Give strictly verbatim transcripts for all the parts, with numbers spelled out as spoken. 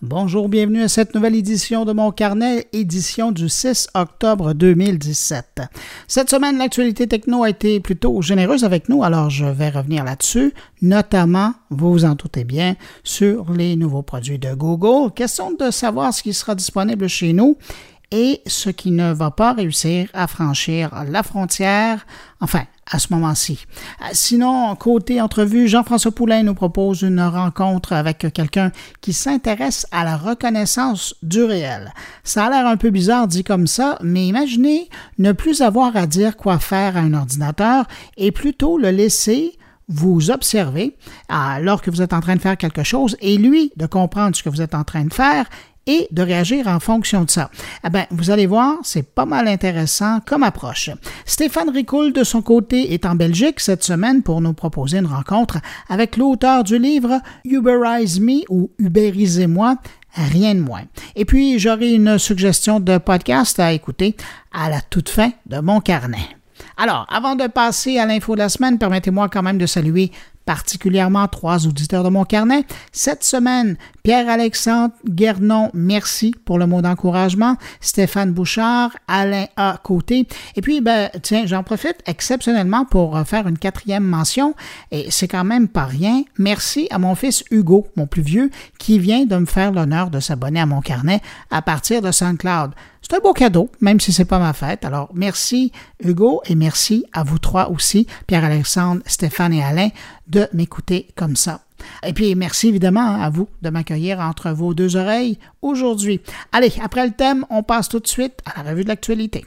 Bonjour, bienvenue à cette nouvelle édition de mon carnet, édition du six octobre deux mille dix-sept. Cette semaine, l'actualité techno a été plutôt généreuse avec nous, alors je vais revenir là-dessus, notamment, vous vous en doutez bien, sur les nouveaux produits de Google. Question de savoir ce qui sera disponible chez nous et ce qui ne va pas réussir à franchir la frontière, enfin, à ce moment-ci. Sinon, côté entrevue, Jean-François Poulain nous propose une rencontre avec quelqu'un qui s'intéresse à la reconnaissance du réel. Ça a l'air un peu bizarre dit comme ça, mais imaginez ne plus avoir à dire quoi faire à un ordinateur et plutôt le laisser vous observer alors que vous êtes en train de faire quelque chose et lui de comprendre ce que vous êtes en train de faire et de réagir en fonction de ça. Eh bien, vous allez voir, c'est pas mal intéressant comme approche. Stéphane Ricoul, de son côté, est en Belgique cette semaine pour nous proposer une rencontre avec l'auteur du livre « Uberize Me » ou « Uberisez-moi ». Rien de moins. Et puis, j'aurai une suggestion de podcast à écouter à la toute fin de mon carnet. Alors, avant de passer à l'info de la semaine, permettez-moi quand même de saluer particulièrement trois auditeurs de mon carnet. Cette semaine, Pierre-Alexandre Guernon, merci pour le mot d'encouragement. Stéphane Bouchard, Alain A. Côté. Et puis, ben, tiens, j'en profite exceptionnellement pour faire une quatrième mention. Et c'est quand même pas rien. Merci à mon fils Hugo, mon plus vieux, qui vient de me faire l'honneur de s'abonner à mon carnet à partir de SoundCloud. C'est un beau cadeau, même si c'est pas ma fête. Alors, merci Hugo et merci à vous trois aussi, Pierre-Alexandre, Stéphane et Alain, de m'écouter comme ça. Et puis, merci évidemment à vous de m'accueillir entre vos deux oreilles aujourd'hui. Allez, après le thème, on passe tout de suite à la revue de l'actualité.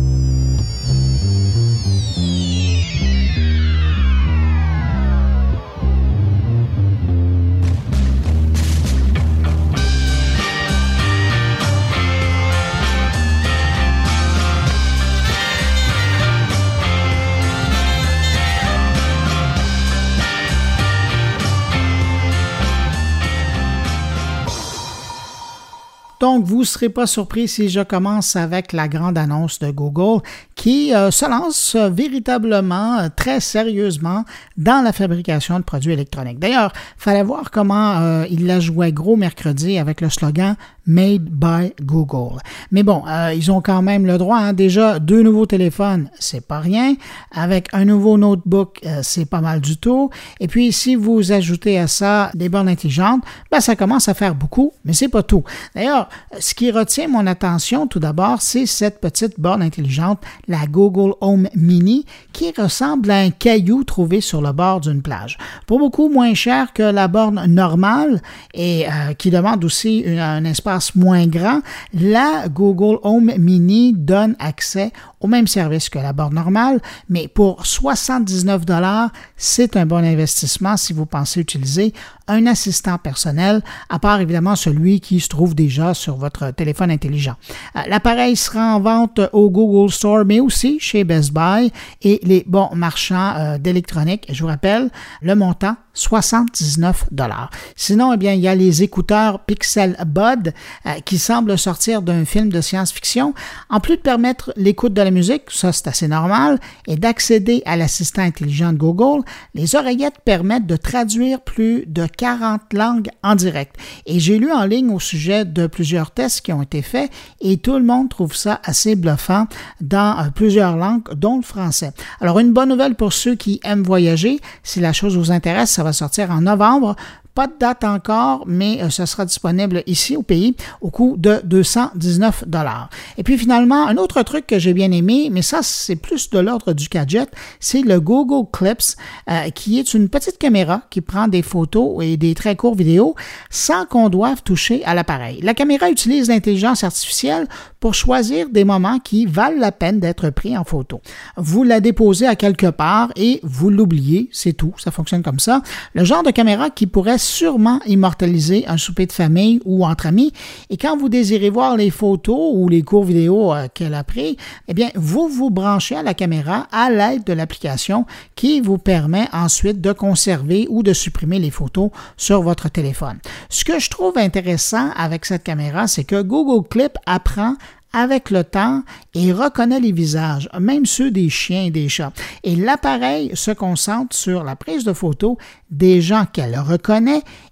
Donc, vous ne serez pas surpris si je commence avec la grande annonce de Google qui euh, se lance euh, véritablement, euh, très sérieusement dans la fabrication de produits électroniques. D'ailleurs, il fallait voir comment euh, il la jouait gros mercredi avec le slogan « Made by Google ». Mais bon, euh, ils ont quand même le droit. Hein, déjà, deux nouveaux téléphones, c'est pas rien. Avec un nouveau notebook, euh, c'est pas mal du tout. Et puis, si vous ajoutez à ça des bornes intelligentes, ben, ça commence à faire beaucoup, mais c'est pas tout. D'ailleurs, ce qui retient mon attention tout d'abord, c'est cette petite borne intelligente, la Google Home Mini, qui ressemble à un caillou trouvé sur le bord d'une plage. Pour beaucoup moins cher que la borne normale et euh, qui demande aussi une, un espace moins grand, la Google Home Mini donne accès au même service que la borne normale, mais pour soixante-dix-neuf dollars, c'est un bon investissement si vous pensez utiliser un assistant personnel, à part évidemment celui qui se trouve déjà sur votre téléphone intelligent. L'appareil sera en vente au Google Store, mais aussi chez Best Buy et les bons marchands euh, d'électronique. Je vous rappelle, le montant, soixante-dix-neuf dollars. Sinon, eh bien, il y a les écouteurs Pixel Bud euh, qui semblent sortir d'un film de science-fiction. En plus de permettre l'écoute de la musique, ça c'est assez normal, et d'accéder à l'assistant intelligent de Google, les oreillettes permettent de traduire plus de quarante langues en direct. Et j'ai lu en ligne au sujet de plusieurs tests qui ont été faits et tout le monde trouve ça assez bluffant dans euh, plusieurs langues, dont le français. Alors, une bonne nouvelle pour ceux qui aiment voyager, si la chose vous intéresse, ça va sortir en novembre. Pas de date encore, mais euh, ce sera disponible ici au pays au coût de deux cent dix-neuf dollars. Et puis finalement, un autre truc que j'ai bien aimé, mais ça c'est plus de l'ordre du gadget, c'est le Google Clips, euh, qui est une petite caméra qui prend des photos et des très courts vidéos sans qu'on doive toucher à l'appareil. La caméra utilise l'intelligence artificielle pour choisir des moments qui valent la peine d'être pris en photo. Vous la déposez à quelque part et vous l'oubliez, c'est tout, ça fonctionne comme ça. Le genre de caméra qui pourrait sûrement immortaliser un souper de famille ou entre amis. Et quand vous désirez voir les photos ou les courts vidéos euh, qu'elle a pris, eh bien, vous vous branchez à la caméra à l'aide de l'application qui vous permet ensuite de conserver ou de supprimer les photos sur votre téléphone. Ce que je trouve intéressant avec cette caméra, c'est que Google Clip apprend avec le temps et reconnaît les visages, même ceux des chiens et des chats. Et l'appareil se concentre sur la prise de photos des gens qu'elle reconnaît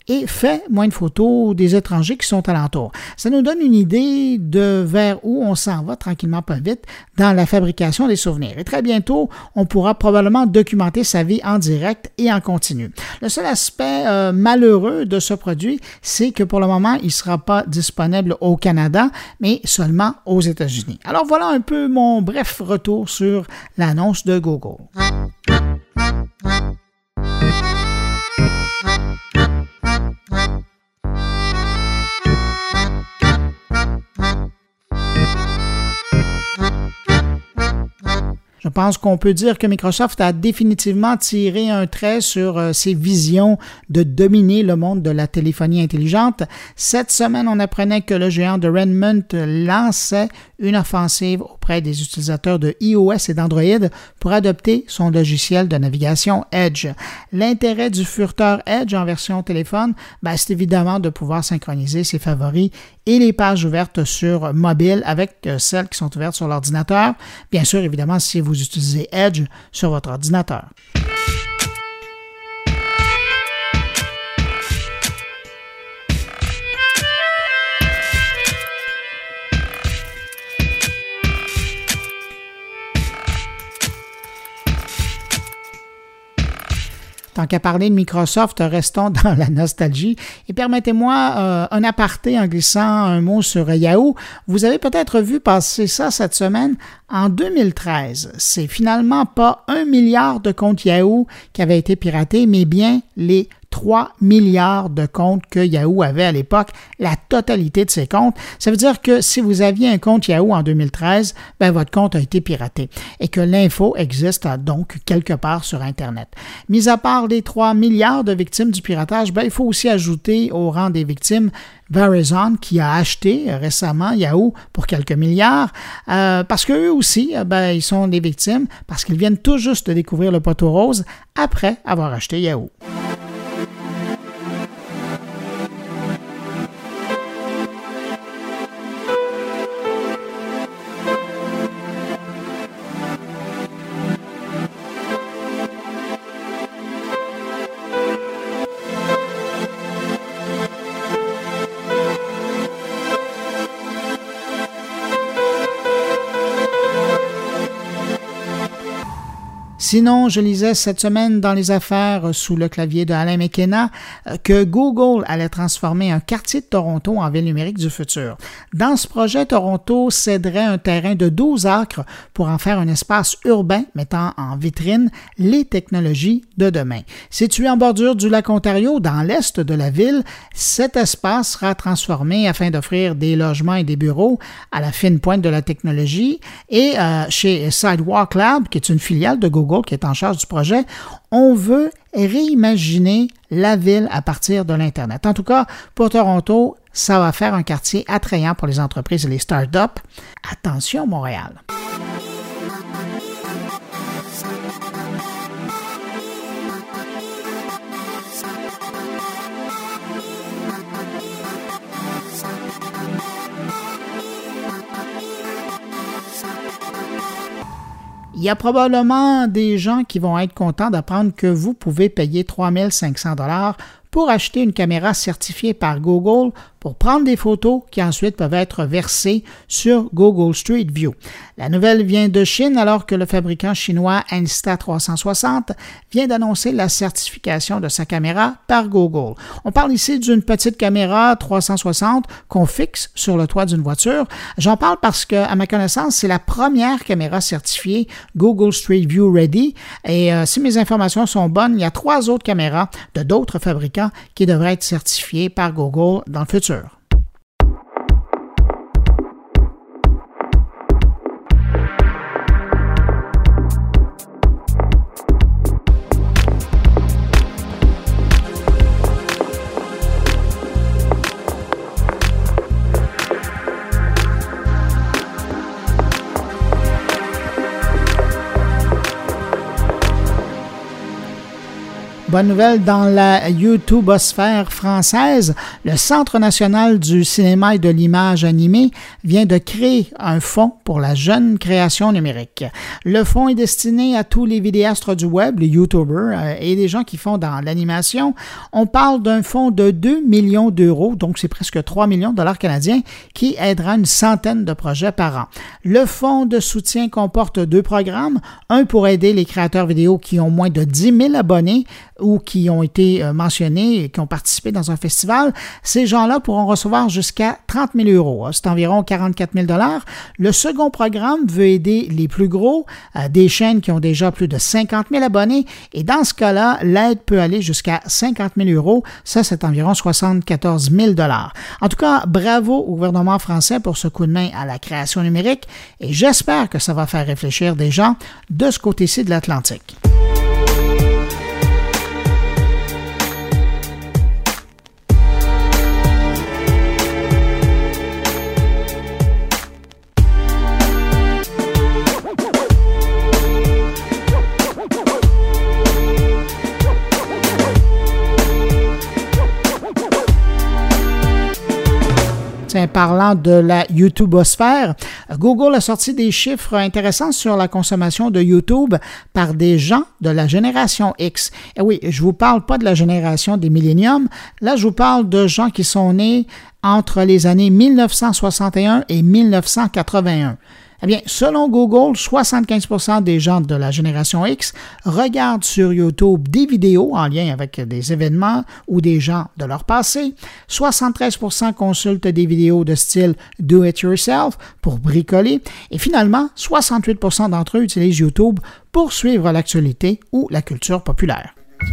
et fait moins de photos des étrangers qui sont alentours. Ça nous donne une idée de vers où on s'en va tranquillement pas vite dans la fabrication des souvenirs. Et très bientôt, on pourra probablement documenter sa vie en direct et en continu. Le seul aspect euh, malheureux de ce produit, c'est que pour le moment, il ne sera pas disponible au Canada, mais seulement aux États-Unis. Alors voilà un peu mon bref retour sur l'annonce de Google. Je pense qu'on peut dire que Microsoft a définitivement tiré un trait sur euh, ses visions de dominer le monde de la téléphonie intelligente. Cette semaine, on apprenait que le géant de Redmond lançait une offensive auprès des utilisateurs de iOS et d'Android pour adopter son logiciel de navigation Edge. L'intérêt du furteur Edge en version téléphone, ben, c'est évidemment de pouvoir synchroniser ses favoris et les pages ouvertes sur mobile avec celles qui sont ouvertes sur l'ordinateur. Bien sûr, évidemment, si vous utilisez Edge sur votre ordinateur. Tant qu'à parler de Microsoft, restons dans la nostalgie et permettez-moi euh, un aparté en glissant un mot sur Yahoo. Vous avez peut-être vu passer ça cette semaine. En deux mille treize, c'est finalement pas un milliard de comptes Yahoo qui avaient été piratés, mais bien les trois milliards de comptes que Yahoo avait à l'époque, la totalité de ces comptes. Ça veut dire que si vous aviez un compte Yahoo en deux mille treize, ben votre compte a été piraté et que l'info existe donc quelque part sur Internet. Mis à part les trois milliards de victimes du piratage, ben il faut aussi ajouter au rang des victimes Verizon qui a acheté récemment Yahoo pour quelques milliards euh, parce qu'eux aussi, ben, ils sont des victimes parce qu'ils viennent tout juste de découvrir le poteau rose après avoir acheté Yahoo. Sinon, je lisais cette semaine dans les affaires sous le clavier de Alain McKenna que Google allait transformer un quartier de Toronto en ville numérique du futur. Dans ce projet, Toronto céderait un terrain de douze acres pour en faire un espace urbain mettant en vitrine les technologies de demain. Situé en bordure du lac Ontario, dans l'est de la ville, cet espace sera transformé afin d'offrir des logements et des bureaux à la fine pointe de la technologie. Et euh, chez Sidewalk Lab, qui est une filiale de Google, qui est en charge du projet, on veut réimaginer la ville à partir de l'Internet. En tout cas, pour Toronto, ça va faire un quartier attrayant pour les entreprises et les startups. Attention, Montréal! Il y a probablement des gens qui vont être contents d'apprendre que vous pouvez payer trois mille cinq cents dollars pour acheter une caméra certifiée par Google pour prendre des photos qui ensuite peuvent être versées sur Google Street View. La nouvelle vient de Chine alors que le fabricant chinois Insta trois cent soixante vient d'annoncer la certification de sa caméra par Google. On parle ici d'une petite caméra trois cent soixante qu'on fixe sur le toit d'une voiture. J'en parle parce que, à ma connaissance, c'est la première caméra certifiée Google Street View Ready et euh, si mes informations sont bonnes, il y a trois autres caméras de d'autres fabricants qui devraient être certifiées par Google dans le futur. Bonne nouvelle dans la YouTubeosphère française, le Centre national du cinéma et de l'image animée vient de créer un fonds pour la jeune création numérique. Le fonds est destiné à tous les vidéastes du web, les YouTubers euh, et les gens qui font dans l'animation. On parle d'un fonds de deux millions d'euros, donc c'est presque trois millions de dollars canadiens, qui aidera une centaine de projets par an. Le fonds de soutien comporte deux programmes, un pour aider les créateurs vidéo qui ont moins de dix mille abonnés ou qui ont été mentionnés et qui ont participé dans un festival. Ces gens-là pourront recevoir jusqu'à trente mille euros. C'est environ quarante-quatre mille dollars. Le second programme veut aider les plus gros, euh, des chaînes qui ont déjà plus de cinquante mille abonnés. Et dans ce cas-là, l'aide peut aller jusqu'à cinquante mille euros. Ça, c'est environ soixante-quatorze mille dollars. En tout cas, bravo au gouvernement français pour ce coup de main à la création numérique. Et j'espère que ça va faire réfléchir des gens de ce côté-ci de l'Atlantique. Parlant de la YouTubeosphère, Google a sorti des chiffres intéressants sur la consommation de YouTube par des gens de la génération X. Et oui, je ne vous parle pas de la génération des milléniums, là je vous parle de gens qui sont nés entre les années mille neuf cent soixante et un et mille neuf cent quatre-vingt-un. Eh bien, selon Google, soixante-quinze pour cent des gens de la génération X regardent sur YouTube des vidéos en lien avec des événements ou des gens de leur passé. soixante-treize pour cent consultent des vidéos de style do-it-yourself pour bricoler. Et finalement, soixante-huit pour cent d'entre eux utilisent YouTube pour suivre l'actualité ou la culture populaire.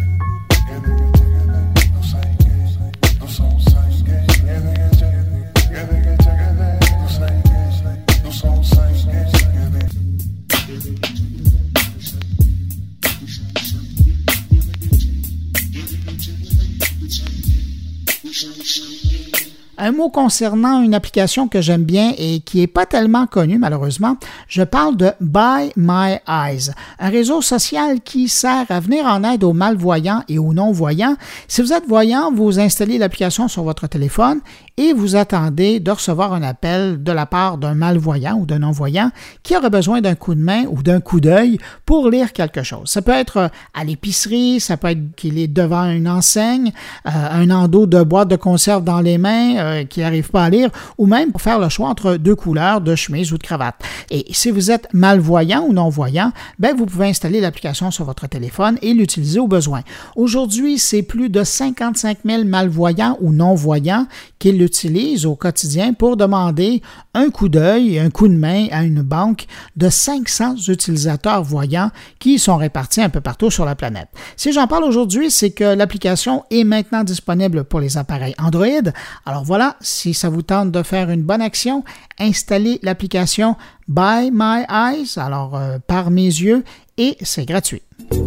Un mot concernant une application que j'aime bien et qui n'est pas tellement connue malheureusement, je parle de By My Eyes, un réseau social qui sert à venir en aide aux malvoyants et aux non-voyants. Si vous êtes voyant, vous installez l'application sur votre téléphone et vous attendez de recevoir un appel de la part d'un malvoyant ou d'un non-voyant qui aurait besoin d'un coup de main ou d'un coup d'œil pour lire quelque chose. Ça peut être à l'épicerie, ça peut être qu'il est devant une enseigne, euh, un endos de boîte de conserve dans les mains, euh, qui n'arrive pas à lire, ou même pour faire le choix entre deux couleurs de chemise ou de cravate. Et si vous êtes malvoyant ou non-voyant, ben vous pouvez installer l'application sur votre téléphone et l'utiliser au besoin. Aujourd'hui, c'est plus de cinquante-cinq mille malvoyants ou non-voyants qui l'utilisent au quotidien pour demander un coup d'œil et un coup de main à une banque de cinq cents utilisateurs voyants qui sont répartis un peu partout sur la planète. Si j'en parle aujourd'hui, c'est que l'application est maintenant disponible pour les appareils Android. Alors voilà, si ça vous tente de faire une bonne action, installez l'application By My Eyes, alors euh, par mes yeux, et c'est gratuit.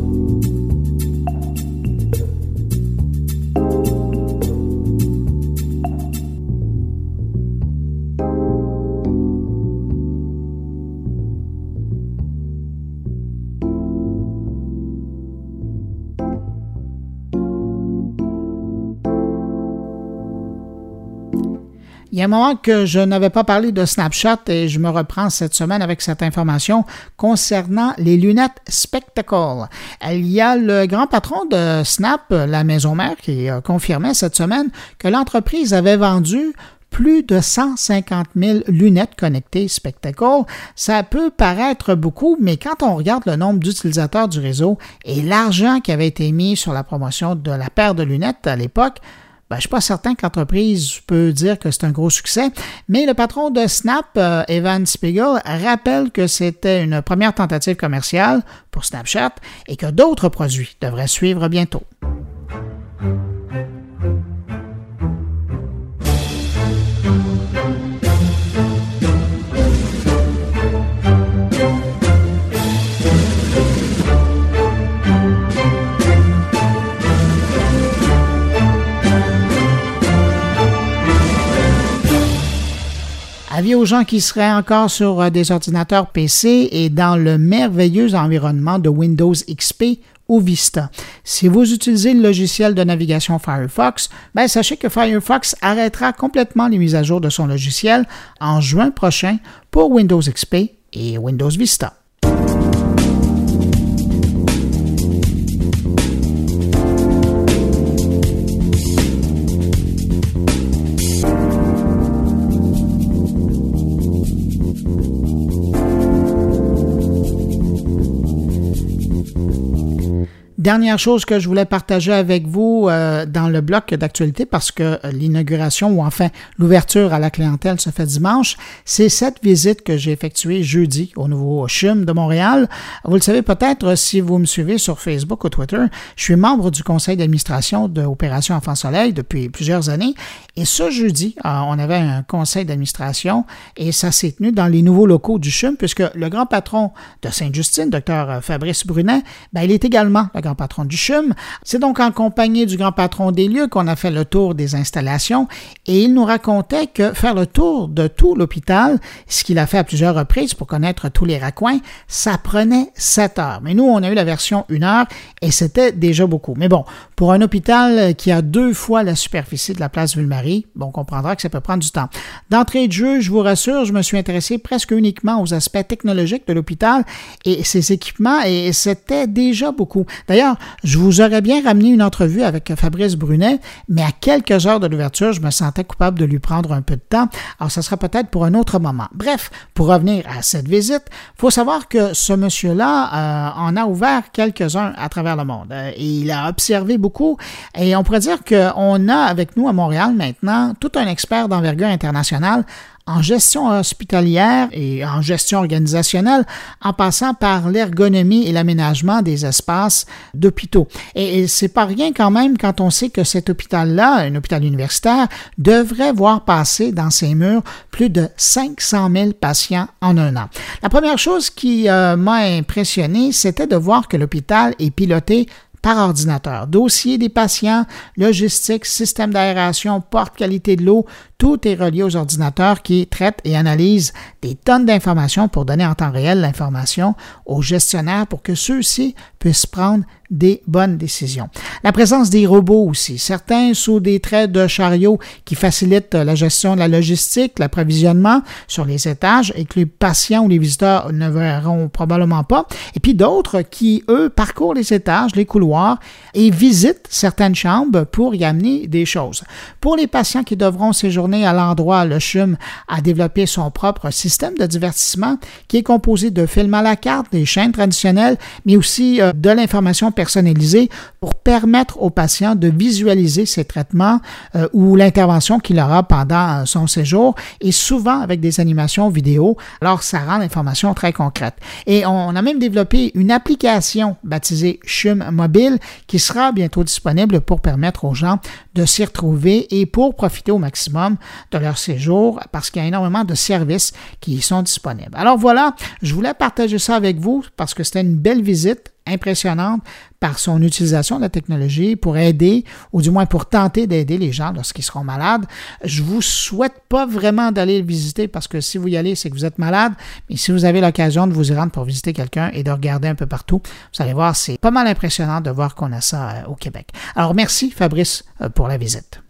Il y a un moment que je n'avais pas parlé de Snapchat et je me reprends cette semaine avec cette information concernant les lunettes Spectacle. Il y a le grand patron de Snap, la maison mère, qui a confirmé cette semaine que l'entreprise avait vendu plus de cent cinquante mille lunettes connectées Spectacle. Ça peut paraître beaucoup, mais quand on regarde le nombre d'utilisateurs du réseau et l'argent qui avait été mis sur la promotion de la paire de lunettes à l'époque, ben, je ne suis pas certain que l'entreprise peut dire que c'est un gros succès, mais le patron de Snap, euh, Evan Spiegel, rappelle que c'était une première tentative commerciale pour Snapchat et que d'autres produits devraient suivre bientôt. Avis aux gens qui seraient encore sur des ordinateurs P C et dans le merveilleux environnement de Windows X P ou Vista. Si vous utilisez le logiciel de navigation Firefox, ben sachez que Firefox arrêtera complètement les mises à jour de son logiciel en juin prochain pour Windows X P et Windows Vista. Dernière chose que je voulais partager avec vous euh, dans le bloc d'actualité, parce que l'inauguration ou enfin l'ouverture à la clientèle se fait dimanche, c'est cette visite que j'ai effectuée jeudi au nouveau C H U M de Montréal. Vous le savez peut-être si vous me suivez sur Facebook ou Twitter, je suis membre du conseil d'administration de Opération Enfant Soleil depuis plusieurs années et ce jeudi, euh, on avait un conseil d'administration et ça s'est tenu dans les nouveaux locaux du C H U M puisque le grand patron de Sainte-Justine, Dr Fabrice Brunet, ben, il est également le grand patron du C H U M. C'est donc en compagnie du grand patron des lieux qu'on a fait le tour des installations et il nous racontait que faire le tour de tout l'hôpital, ce qu'il a fait à plusieurs reprises pour connaître tous les raccoins, ça prenait sept heures. Mais nous, on a eu la version une heure et c'était déjà beaucoup. Mais bon, pour un hôpital qui a deux fois la superficie de la place Ville-Marie, bon, on comprendra que ça peut prendre du temps. D'entrée de jeu, je vous rassure, je me suis intéressé presque uniquement aux aspects technologiques de l'hôpital et ses équipements et c'était déjà beaucoup. D'ailleurs, je vous aurais bien ramené une entrevue avec Fabrice Brunet, mais à quelques heures de l'ouverture, je me sentais coupable de lui prendre un peu de temps. Alors, ça sera peut-être pour un autre moment. Bref, pour revenir à cette visite, il faut savoir que ce monsieur-là euh, en a ouvert quelques-uns à travers le monde. Euh, et il a observé beaucoup et on pourrait dire qu'on a avec nous à Montréal maintenant tout un expert d'envergure internationale en gestion hospitalière et en gestion organisationnelle, en passant par l'ergonomie et l'aménagement des espaces d'hôpitaux. Et, et c'est pas rien quand même quand on sait que cet hôpital-là, un hôpital universitaire, devrait voir passer dans ses murs plus de cinq cent mille patients en un an. La première chose qui euh, m'a impressionné, c'était de voir que l'hôpital est piloté par ordinateur. Dossier des patients, logistique, système d'aération, porte qualité de l'eau, tout est relié aux ordinateurs qui traitent et analysent des tonnes d'informations pour donner en temps réel l'information aux gestionnaires pour que ceux-ci puissent prendre des bonnes décisions. La présence des robots aussi, certains sous des traits de chariot qui facilitent la gestion de la logistique, l'approvisionnement sur les étages et que les patients ou les visiteurs ne verront probablement pas. Et puis d'autres qui, eux, parcourent les étages, les couloirs et visitent certaines chambres pour y amener des choses. Pour les patients qui devront séjourner à l'endroit, le C H U M a développé son propre système de divertissement qui est composé de films à la carte, des chaînes traditionnelles, mais aussi euh, de l'information personnalisée pour permettre aux patients de visualiser ces traitements euh, ou l'intervention qu'il aura pendant son séjour et souvent avec des animations vidéo. Alors, ça rend l'information très concrète. Et on a même développé une application baptisée C H U M Mobile qui sera bientôt disponible pour permettre aux gens de s'y retrouver et pour profiter au maximum de leur séjour parce qu'il y a énormément de services qui y sont disponibles. Alors voilà, je voulais partager ça avec vous parce que c'était une belle visite impressionnante par son utilisation de la technologie pour aider, ou du moins pour tenter d'aider les gens lorsqu'ils seront malades. Je vous souhaite pas vraiment d'aller le visiter parce que si vous y allez, c'est que vous êtes malade, mais si vous avez l'occasion de vous y rendre pour visiter quelqu'un et de regarder un peu partout, vous allez voir, c'est pas mal impressionnant de voir qu'on a ça euh, au Québec. Alors merci Fabrice euh, pour la visite.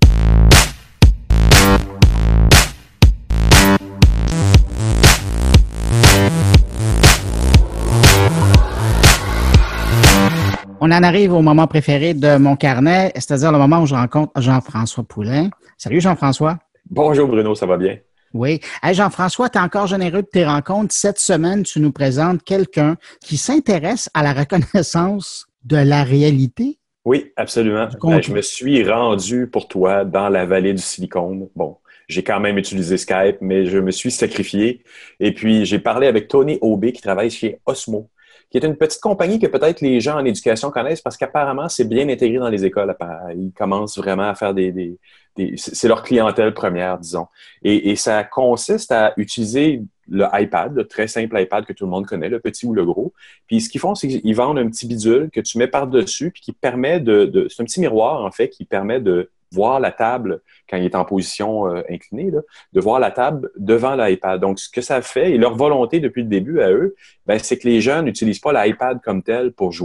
On en arrive au moment préféré de mon carnet, c'est-à-dire le moment où je rencontre Jean-François Poulin. Salut Jean-François. Bonjour Bruno, ça va bien? Oui. Hey Jean-François, tu es encore généreux de tes rencontres. Cette semaine, tu nous présentes quelqu'un qui s'intéresse à la reconnaissance de la réalité. Oui, absolument. Ben, je me suis rendu pour toi dans la vallée du Silicon. Bon, j'ai quand même utilisé Skype, mais je me suis sacrifié. Et puis, j'ai parlé avec Tony Aubé qui travaille chez Osmo, qui est une petite compagnie que peut-être les gens en éducation connaissent parce qu'apparemment, c'est bien intégré dans les écoles. Ils commencent vraiment à faire des... des, des c'est leur clientèle première, disons. Et, et ça consiste à utiliser le iPad, le très simple iPad que tout le monde connaît, le petit ou le gros. Puis ce qu'ils font, c'est qu'ils vendent un petit bidule que tu mets par-dessus puis qui permet de... de c'est un petit miroir, en fait, qui permet de voir la table quand il est en position euh, inclinée, là, de voir la table devant l'iPad. Donc, ce que ça fait, et leur volonté depuis le début à eux, ben, c'est que les jeunes n'utilisent pas l'iPad comme tel pour jouer.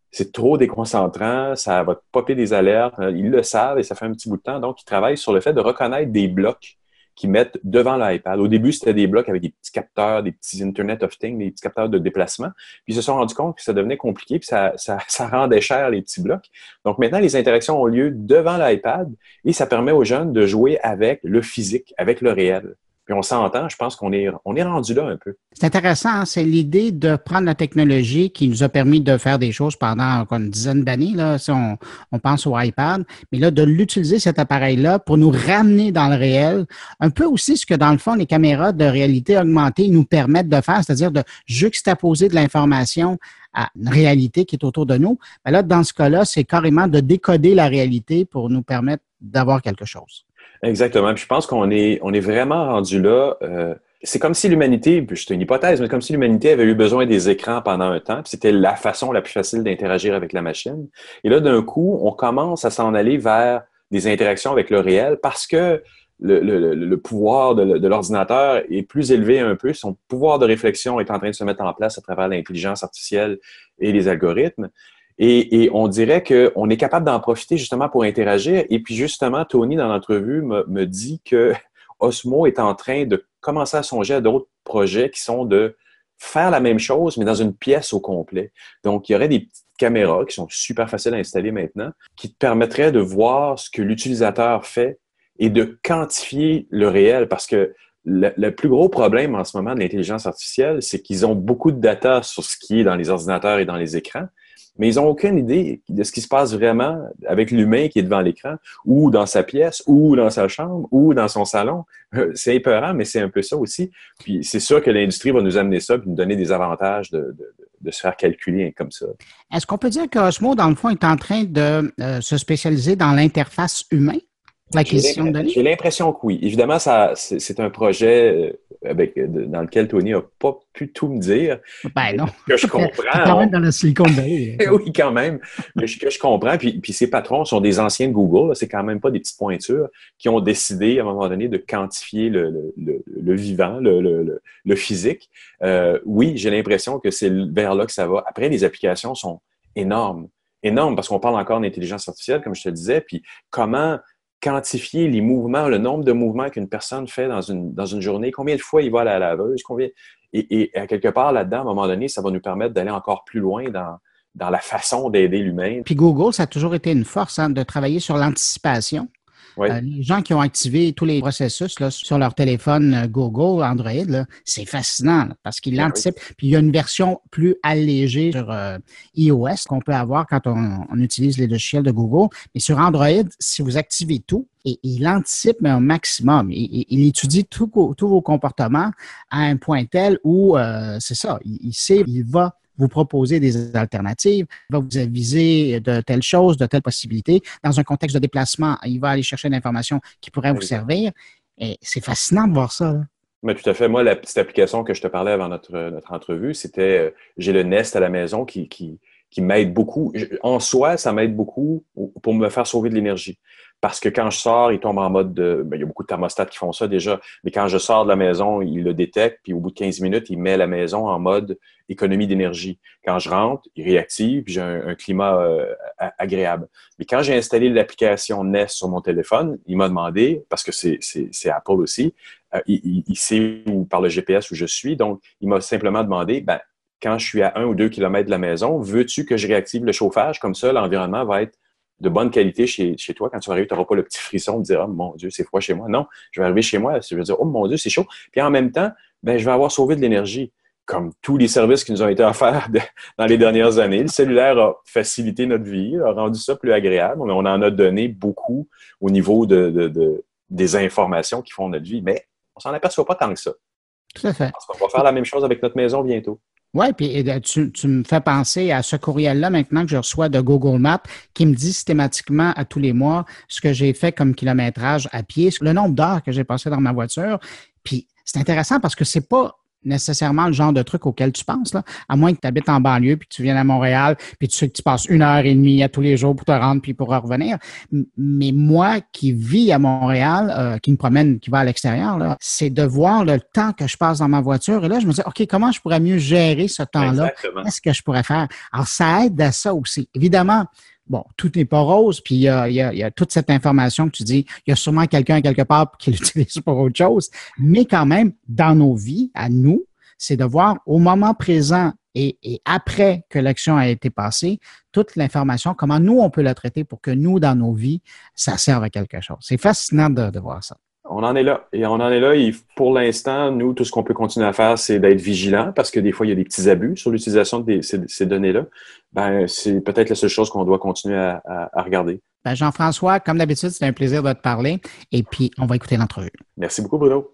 c'est trop déconcentrant, ça va te popper des alertes. Ils le savent et ça fait un petit bout de temps. Donc, ils travaillent sur le fait de reconnaître des blocs qu'ils mettent devant l'iPad. Au début, c'était des blocs avec des petits capteurs, des petits Internet of Things, des petits capteurs de déplacement. Puis, ils se sont rendus compte que ça devenait compliqué puis ça, ça, ça rendait cher les petits blocs. Donc, maintenant, les interactions ont lieu devant l'iPad et ça permet aux jeunes de jouer avec le physique, avec le réel. Puis on s'entend, je pense qu'on est, on est rendu là un peu. C'est intéressant, hein? C'est l'idée de prendre la technologie qui nous a permis de faire des choses pendant quoi, une dizaine d'années, là, si on, on pense au iPad, mais là, de l'utiliser, cet appareil-là, pour nous ramener dans le réel, un peu aussi ce que, dans le fond, les caméras de réalité augmentée nous permettent de faire, c'est-à-dire de juxtaposer de l'information à une réalité qui est autour de nous. Mais là, dans ce cas-là, c'est carrément de décoder la réalité pour nous permettre d'avoir quelque chose. Exactement. Puis je pense qu'on est, on est vraiment rendu là. Euh, c'est comme si l'humanité, puis c'est une hypothèse, mais comme si l'humanité avait eu besoin des écrans pendant un temps, puis c'était la façon la plus facile d'interagir avec la machine. Et là, d'un coup, on commence à s'en aller vers des interactions avec le réel parce que le, le, le pouvoir de, de l'ordinateur est plus élevé un peu. Son pouvoir de réflexion est en train de se mettre en place à travers l'intelligence artificielle et les algorithmes. Et, et on dirait qu'on est capable d'en profiter justement pour interagir. Et puis justement, Tony, dans l'entrevue, me, me dit que Osmo est en train de commencer à songer à d'autres projets qui sont de faire la même chose, mais dans une pièce au complet. Donc, il y aurait des petites caméras qui sont super faciles à installer maintenant, qui te permettraient de voir ce que l'utilisateur fait et de quantifier le réel. Parce que le, le plus gros problème en ce moment de l'intelligence artificielle, c'est qu'ils ont beaucoup de data sur ce qui est dans les ordinateurs et dans les écrans, mais ils n'ont aucune idée de ce qui se passe vraiment avec l'humain qui est devant l'écran, ou dans sa pièce, ou dans sa chambre, ou dans son salon. C'est épeurant, mais c'est un peu ça aussi. Puis c'est sûr que l'industrie va nous amener ça et nous donner des avantages de, de, de se faire calculer comme ça. Est-ce qu'on peut dire que Osmo, dans le fond, est en train de euh, se spécialiser dans l'interface humaine? L'acquisition de données? J'ai l'impression que oui. Évidemment, ça, c'est, c'est un projet avec, dans lequel Tony n'a pas pu tout me dire. Ben non. Que je comprends. C'est quand même dans la Silicon Valley. Oui, quand même. Mais que je comprends. Puis, puis ses patrons sont des anciens de Google. Là. C'est quand même pas des petites pointures qui ont décidé, à un moment donné, de quantifier le, le, le, le vivant, le, le, le physique. Euh, oui, j'ai l'impression que c'est vers là que ça va. Après, les applications sont énormes. Énormes parce qu'on parle encore d'intelligence artificielle, comme je te le disais. Puis comment quantifier les mouvements, le nombre de mouvements qu'une personne fait dans une, dans une journée, combien de fois il va à la laveuse, combien... Et, et à quelque part là-dedans, à un moment donné, ça va nous permettre d'aller encore plus loin dans, dans la façon d'aider l'humain. Puis Google, ça a toujours été une force hein, de travailler sur l'anticipation. Oui. Euh, les gens qui ont activé tous les processus là, sur leur téléphone Google, Android, là, c'est fascinant là, parce qu'ils l'anticipent. Oui. Puis il y a une version plus allégée sur euh, iOS qu'on peut avoir quand on, on utilise les logiciels de Google. Mais sur Android, si vous activez tout, et il anticipe mais un maximum. Il, il étudie tous vos comportements à un point tel où, euh, c'est ça, il, il sait, il va vous proposer des alternatives, il va vous aviser de telle chose, de telle possibilité. Dans un contexte de déplacement, il va aller chercher l'information qui pourrait vous servir. Et c'est fascinant de voir ça. Là. Mais tout à fait. Moi, la petite application que je te parlais avant notre, notre entrevue, c'était, euh, j'ai le Nest à la maison qui, qui, qui m'aide beaucoup. En soi, ça m'aide beaucoup pour me faire sauver de l'énergie. Parce que quand je sors, il tombe en mode de... Ben, il y a beaucoup de thermostats qui font ça déjà, mais quand je sors de la maison, il le détecte, puis au bout de quinze minutes, il met la maison en mode économie d'énergie. Quand je rentre, il réactive, puis j'ai un, un climat euh, agréable. Mais quand j'ai installé l'application Nest sur mon téléphone, il m'a demandé, parce que c'est, c'est, c'est Apple aussi, euh, il, il sait où, par le G P S où je suis, donc il m'a simplement demandé, ben, quand je suis à un ou deux kilomètres de la maison, veux-tu que je réactive le chauffage? Comme ça, l'environnement va être de bonne qualité chez, chez toi. Quand tu vas arriver, tu n'auras pas le petit frisson de dire « Oh mon Dieu, c'est froid chez moi ». Non, je vais arriver chez moi, je vais dire « Oh mon Dieu, c'est chaud ». Puis en même temps, ben, je vais avoir sauvé de l'énergie. Comme tous les services qui nous ont été offerts de, dans les dernières années. Le cellulaire a facilité notre vie, a rendu ça plus agréable, mais on en a donné beaucoup au niveau de, de, de, des informations qui font notre vie. Mais on s'en aperçoit pas tant que ça. Tout à fait. Parce qu'on va faire la même chose avec notre maison bientôt. Oui, puis tu, tu me fais penser à ce courriel-là maintenant que je reçois de Google Maps qui me dit systématiquement à tous les mois ce que j'ai fait comme kilométrage à pied, le nombre d'heures que j'ai passé dans ma voiture. Puis c'est intéressant parce que c'est pas nécessairement le genre de truc auquel tu penses, là, à moins que tu habites en banlieue puis que tu viennes à Montréal puis tu sais que tu passes une heure et demie à tous les jours pour te rendre puis pour revenir. Mais moi qui vis à Montréal, euh, qui me promène, qui va à l'extérieur, là, c'est de voir le temps que je passe dans ma voiture. Et là, je me dis, OK, comment je pourrais mieux gérer ce temps-là? Exactement. Qu'est-ce que je pourrais faire? Alors, ça aide à ça aussi. Évidemment, bon, tout n'est pas rose, puis il y a, il y a, il y a toute cette information que tu dis, il y a sûrement quelqu'un quelque part qui l'utilise pour autre chose, mais quand même, dans nos vies, à nous, c'est de voir au moment présent et, et après que l'action a été passée, toute l'information, comment nous, on peut la traiter pour que nous, dans nos vies, ça serve à quelque chose. C'est fascinant de, de voir ça. On en est là. Et on en est là. Et pour l'instant, nous, tout ce qu'on peut continuer à faire, c'est d'être vigilant parce que des fois, il y a des petits abus sur l'utilisation de ces, ces données-là. Ben, c'est peut-être la seule chose qu'on doit continuer à, à, à regarder. Ben Jean-François, comme d'habitude, c'était un plaisir de te parler. Et puis, on va écouter l'entrevue. Merci beaucoup, Bruno.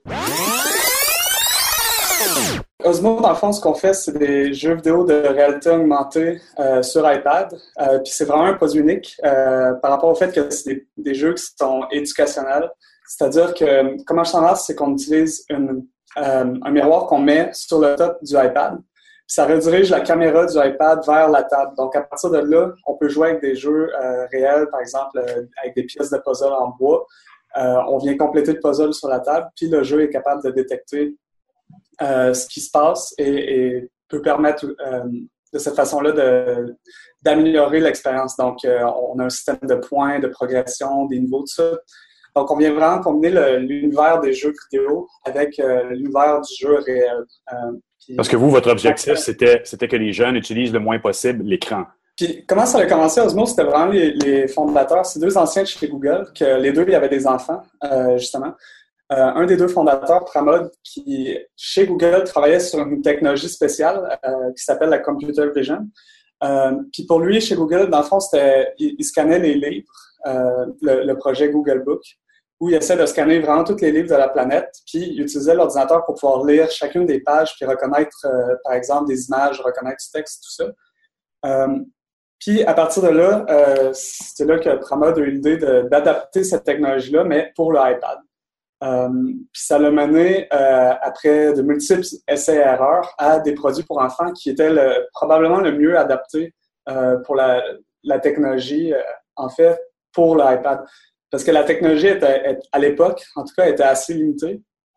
Osmo, dans le fond, ce qu'on fait, c'est des jeux vidéo de réalité augmentée euh, sur iPad. Euh, puis c'est vraiment un produit unique euh, par rapport au fait que c'est des, des jeux qui sont éducationnels. C'est-à-dire que comment ça marche, c'est qu'on utilise une, euh, un miroir qu'on met sur le top du iPad. Puis ça redirige la caméra du iPad vers la table. Donc, à partir de là, on peut jouer avec des jeux euh, réels, par exemple, euh, avec des pièces de puzzle en bois. Euh, on vient compléter le puzzle sur la table, puis le jeu est capable de détecter euh, ce qui se passe et, et peut permettre euh, de cette façon-là de, d'améliorer l'expérience. Donc, euh, on a un système de points, de progression, des niveaux, tout ça. Donc, on vient vraiment combiner le, l'univers des jeux vidéo avec euh, l'univers du jeu réel. Euh, puis, Parce que vous, votre objectif, c'était, c'était que les jeunes utilisent le moins possible l'écran. Puis, comment ça a commencé, Osmo? C'était vraiment les, les fondateurs. C'est deux anciens de chez Google, que les deux, il y avait des enfants, euh, justement. Euh, un des deux fondateurs, Pramod, qui, chez Google, travaillait sur une technologie spéciale euh, qui s'appelle la Computer Vision. Euh, puis pour lui, chez Google, dans le fond, c'était, il, il scannait les livres, euh, le, le projet Google Book, où il essaie de scanner vraiment tous les livres de la planète, puis il utilisait l'ordinateur pour pouvoir lire chacune des pages, puis reconnaître, euh, par exemple, des images, reconnaître du texte, tout ça. Euh, puis à partir de là, euh, c'est là que Pramod a eu l'idée de, d'adapter cette technologie-là, mais pour le iPad. Euh, puis ça l'a mené, euh, après de multiples essais-erreurs, à des produits pour enfants qui étaient le, probablement le mieux adaptés euh, pour la, la technologie, euh, en fait, pour l'iPad. Parce que la technologie, était, à l'époque, en tout cas, était assez limitée.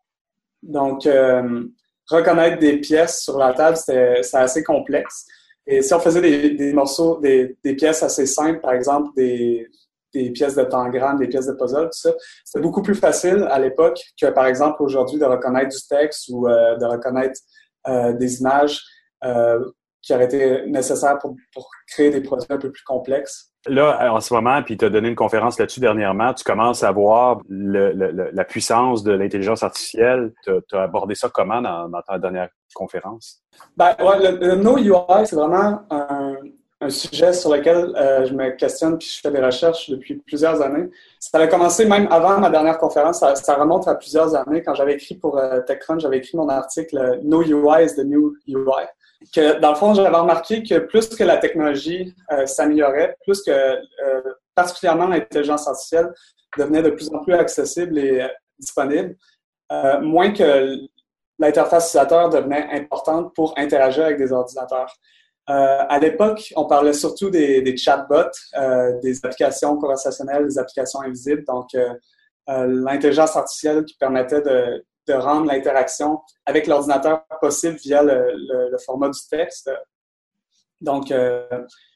Donc, euh, reconnaître des pièces sur la table, c'était, c'était assez complexe. Et si on faisait des, des morceaux, des, des pièces assez simples, par exemple, des, des pièces de tangram, des pièces de puzzle, tout ça, c'était beaucoup plus facile à l'époque que, par exemple, aujourd'hui, de reconnaître du texte ou euh, de reconnaître euh, des images euh, qui auraient été nécessaires pour, pour créer des produits un peu plus complexes. Là, en ce moment, puis tu as donné une conférence là-dessus dernièrement, tu commences à voir le, le, la puissance de l'intelligence artificielle. Tu as abordé ça comment dans, dans ta dernière conférence? Ben, ouais, le, le No U I, c'est vraiment un, un sujet sur lequel euh, je me questionne puis je fais des recherches depuis plusieurs années. Ça a commencé même avant ma dernière conférence. Ça, ça remonte à plusieurs années. Quand j'avais écrit pour euh, TechCrunch, j'avais écrit mon article « No U I is the new U I ». Que, dans le fond, j'avais remarqué que plus que la technologie euh, s'améliorait, plus que euh, particulièrement l'intelligence artificielle devenait de plus en plus accessible et euh, disponible, euh, moins que l'interface utilisateur devenait importante pour interagir avec des ordinateurs. Euh, à l'époque, on parlait surtout des, des chatbots, euh, des applications conversationnelles, des applications invisibles, donc euh, euh, l'intelligence artificielle qui permettait de de rendre l'interaction avec l'ordinateur possible via le, le, le format du texte. Donc, euh,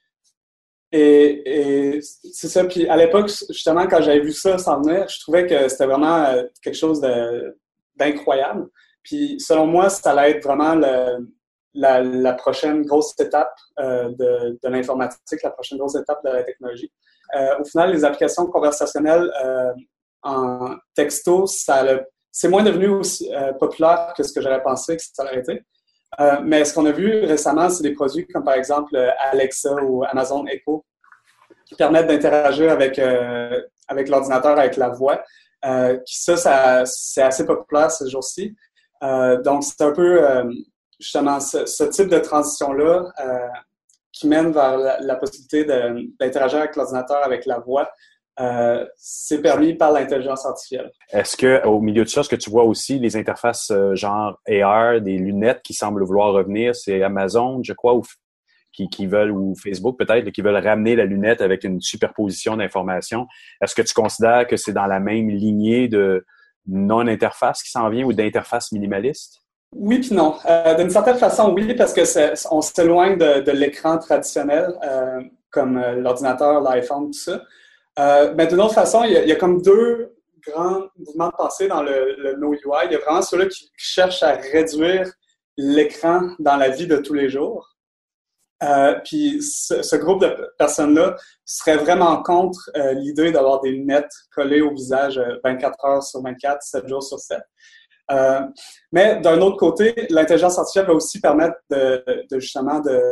et, et c'est ça. Puis à l'époque, justement, quand j'avais vu ça s'en venir, je trouvais que c'était vraiment quelque chose de, d'incroyable. Puis selon moi, ça allait être vraiment le, la, la prochaine grosse étape euh, de, de l'informatique, la prochaine grosse étape de la technologie. Euh, au final, les applications conversationnelles euh, en texto, ça a c'est moins devenu aussi euh, populaire que ce que j'aurais pensé que ça aurait été. Euh, mais ce qu'on a vu récemment, c'est des produits comme par exemple Alexa ou Amazon Echo qui permettent d'interagir avec, euh, avec l'ordinateur, avec la voix. Euh, qui ça, ça, c'est assez populaire ces jours-ci. Euh, donc, c'est un peu euh, justement ce, ce type de transition-là euh, qui mène vers la, la possibilité de, d'interagir avec l'ordinateur, avec la voix. euh, c'est permis par l'intelligence artificielle. Est-ce que, au milieu de ça, est-ce que tu vois aussi les interfaces euh, genre A R, des lunettes qui semblent vouloir revenir? C'est Amazon, je crois, ou qui, qui veulent, ou Facebook peut-être, qui veulent ramener la lunette avec une superposition d'informations. Est-ce que tu considères que c'est dans la même lignée de non-interface qui s'en vient ou d'interface minimaliste? Oui puis non. Euh, d'une certaine façon, oui, parce que c'est, on s'éloigne de, de l'écran traditionnel, euh, comme euh, l'ordinateur, l'iPhone, tout ça. Euh, mais d'une autre façon, il y, a, il y a comme deux grands mouvements de pensée dans le, le No U I. Il y a vraiment ceux-là qui, qui cherchent à réduire l'écran dans la vie de tous les jours. Euh, puis ce, ce groupe de personnes-là serait vraiment contre euh, l'idée d'avoir des lunettes collées au visage vingt-quatre heures sur vingt-quatre, sept jours sur sept. Euh, mais d'un autre côté, l'intelligence artificielle va aussi permettre de, de justement de,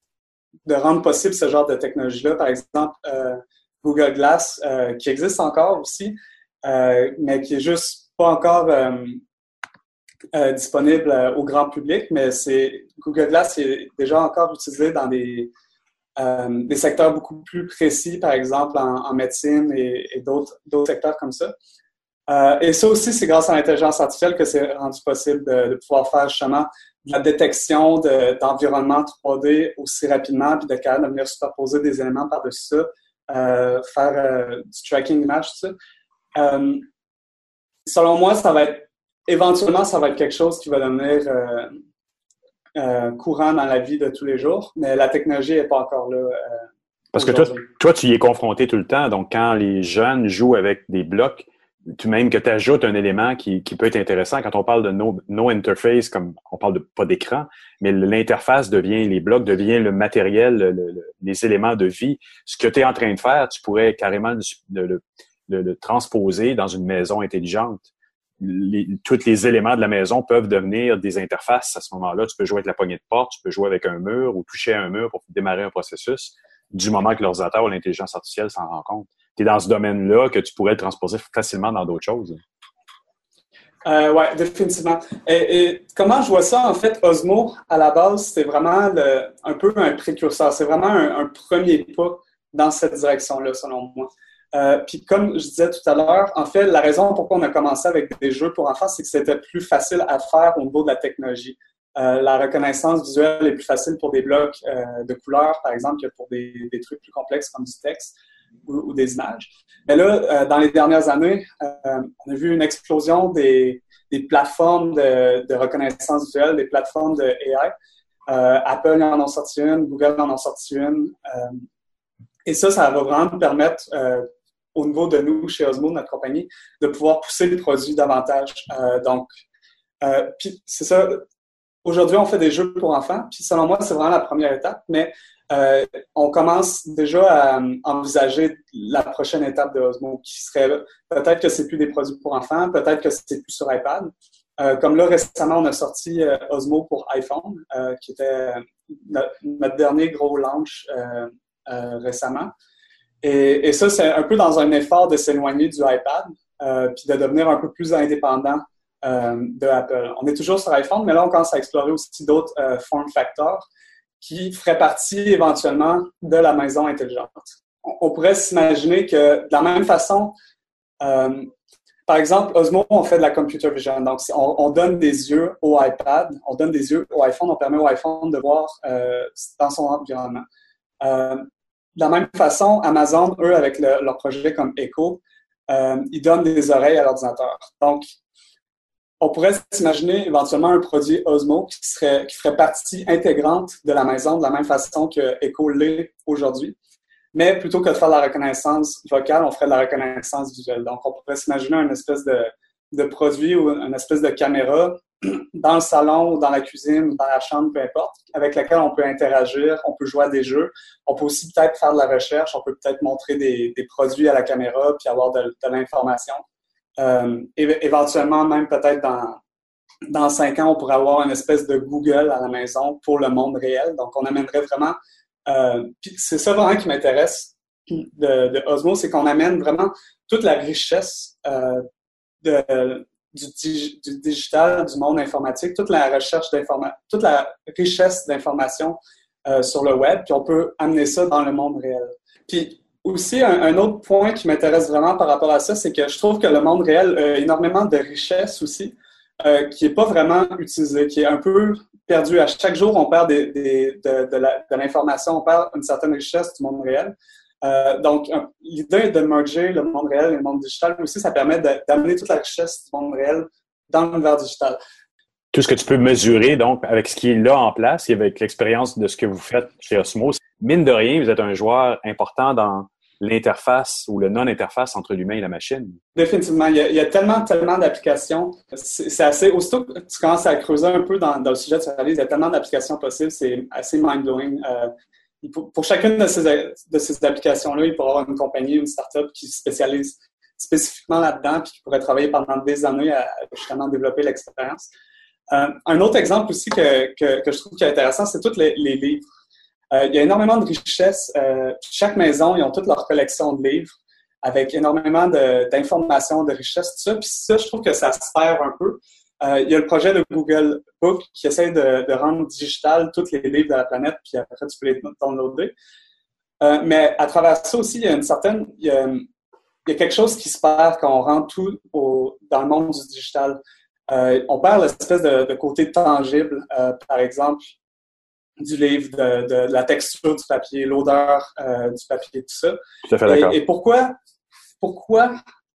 de rendre possible ce genre de technologie-là. Par exemple, euh, Google Glass, euh, qui existe encore aussi, euh, mais qui est juste pas encore euh, euh, disponible euh, au grand public. Mais c'est Google Glass est déjà encore utilisé dans des, euh, des secteurs beaucoup plus précis, par exemple en, en médecine et, et d'autres, d'autres secteurs comme ça. Euh, et ça aussi, c'est grâce à l'intelligence artificielle que c'est rendu possible de, de pouvoir faire justement de la détection de, d'environnement trois D aussi rapidement, puis de capable de venir superposer des éléments par-dessus ça, euh, faire euh, du tracking d'image, tout ça. Euh, selon moi, ça va être, éventuellement, ça va être quelque chose qui va devenir euh, euh, courant dans la vie de tous les jours, mais la technologie n'est pas encore là. Euh, Parce que toi, toi, tu y es confronté tout le temps, donc quand les jeunes jouent avec des blocs, tout même que tu ajoutes un élément qui, qui peut être intéressant. Quand on parle de no, no interface, comme on parle de pas d'écran, mais l'interface devient, les blocs deviennent le matériel, le, le, les éléments de vie. Ce que tu es en train de faire, tu pourrais carrément le, le, le, le transposer dans une maison intelligente. Les, tous les éléments de la maison peuvent devenir des interfaces à ce moment-là. Tu peux jouer avec la poignée de porte, tu peux jouer avec un mur ou toucher à un mur pour démarrer un processus du moment que l'ordinateur ou l'intelligence artificielle s'en rend compte. Tu es dans ce domaine-là que tu pourrais le transposer facilement dans d'autres choses. Euh, oui, définitivement. Et, et comment je vois ça, en fait, Osmo, à la base, c'est vraiment le, un peu un précurseur. C'est vraiment un, un premier pas dans cette direction-là, selon moi. Euh, puis comme je disais tout à l'heure, en fait, la raison pourquoi on a commencé avec des jeux pour enfants, c'est que c'était plus facile à faire au niveau de la technologie. Euh, la reconnaissance visuelle est plus facile pour des blocs euh, de couleurs, par exemple, que pour des, des trucs plus complexes comme du texte ou, ou des images. Mais là, euh, dans les dernières années, euh, on a vu une explosion des, des plateformes de, de reconnaissance visuelle, des plateformes de A I. Euh, Apple en a sorti une, Google en a sorti une. Euh, et ça, ça va vraiment nous permettre, euh, au niveau de nous, chez Osmo, notre compagnie, de pouvoir pousser le produit davantage. Euh, donc, euh, puis c'est ça. Aujourd'hui, on fait des jeux pour enfants, puis selon moi, c'est vraiment la première étape, mais euh, on commence déjà à envisager la prochaine étape de Osmo, qui serait peut-être que c'est plus des produits pour enfants, peut-être que c'est plus sur iPad. Euh, comme là, récemment, on a sorti euh, Osmo pour iPhone, euh, qui était notre, notre dernier gros launch euh, euh, récemment. Et, et ça, c'est un peu dans un effort de s'éloigner du iPad, euh, puis de devenir un peu plus indépendant Euh, de Apple. On est toujours sur iPhone, mais là, on commence à explorer aussi d'autres euh, form factors qui feraient partie éventuellement de la maison intelligente. On, on pourrait s'imaginer que de la même façon, euh, par exemple, Osmo, on fait de la computer vision. Donc, on, on donne des yeux au iPad, on donne des yeux au iPhone, on permet au iPhone de voir euh, dans son environnement. Euh, de la même façon, Amazon, eux, avec le, leur projet comme Echo, euh, ils donnent des oreilles à l'ordinateur. Donc, on pourrait s'imaginer éventuellement un produit Osmo qui serait, qui ferait partie intégrante de la maison de la même façon que Echo l'est aujourd'hui. Mais plutôt que de faire de la reconnaissance vocale, on ferait de la reconnaissance visuelle. Donc, on pourrait s'imaginer une espèce de, de produit ou une espèce de caméra dans le salon ou dans la cuisine ou dans la chambre, peu importe, avec laquelle on peut interagir, on peut jouer à des jeux. On peut aussi peut-être faire de la recherche, on peut peut-être montrer des, des produits à la caméra puis avoir de, de l'information. Euh, éventuellement, même peut-être dans, dans cinq ans, on pourrait avoir une espèce de Google à la maison pour le monde réel. Donc, on amènerait vraiment... Euh, puis c'est ça vraiment qui m'intéresse de, de Osmo, c'est qu'on amène vraiment toute la richesse euh, de, du, dig, du digital, du monde informatique, toute la recherche d'informations, toute la richesse d'informations euh, sur le web, puis on peut amener ça dans le monde réel. Puis aussi, un, un autre point qui m'intéresse vraiment par rapport à ça, c'est que je trouve que le monde réel a énormément de richesse aussi, euh, qui n'est pas vraiment utilisée, qui est un peu perdu. À chaque jour, on perd des, des, de, de, la, de l'information, on perd une certaine richesse du monde réel. Euh, donc, un, l'idée de merger le monde réel et le monde digital aussi, ça permet de, d'amener toute la richesse du monde réel dans l'univers digital. Tout ce que tu peux mesurer, donc, avec ce qui est là en place et avec l'expérience de ce que vous faites chez Osmose, mine de rien, vous êtes un joueur important dans l'interface ou le non-interface entre l'humain et la machine. Définitivement. Il y a, il y a tellement, tellement d'applications. C'est, c'est assez... Aussitôt que tu commences à creuser un peu dans, dans le sujet de cette analyse, il y a tellement d'applications possibles, c'est assez mind-blowing. Euh, pour, pour chacune de ces, de ces applications-là, il peut y avoir une compagnie, une start-up qui se spécialise spécifiquement là-dedans puis qui pourrait travailler pendant des années à justement développer l'expérience. Euh, un autre exemple aussi que, que, que je trouve qui est intéressant, c'est tous les, les livres. Euh, il y a énormément de richesses. Euh, chaque maison, ils ont toute leur collection de livres avec énormément de, d'informations, de richesses, tout ça. Puis ça, je trouve que ça se perd un peu. Euh, il y a le projet de Google Book qui essaie de, de rendre digital tous les livres de la planète, puis après, tu peux les downloader. Euh, mais à travers ça aussi, il y a une certaine... Il y a, il y a quelque chose qui se perd quand on rend tout au, dans le monde du digital. Euh, on perd l'espèce de, de côté tangible, euh, par exemple, du livre, de, de, de la texture du papier, l'odeur euh, du papier, tout ça. Tout à fait d'accord. Et, et pourquoi, pourquoi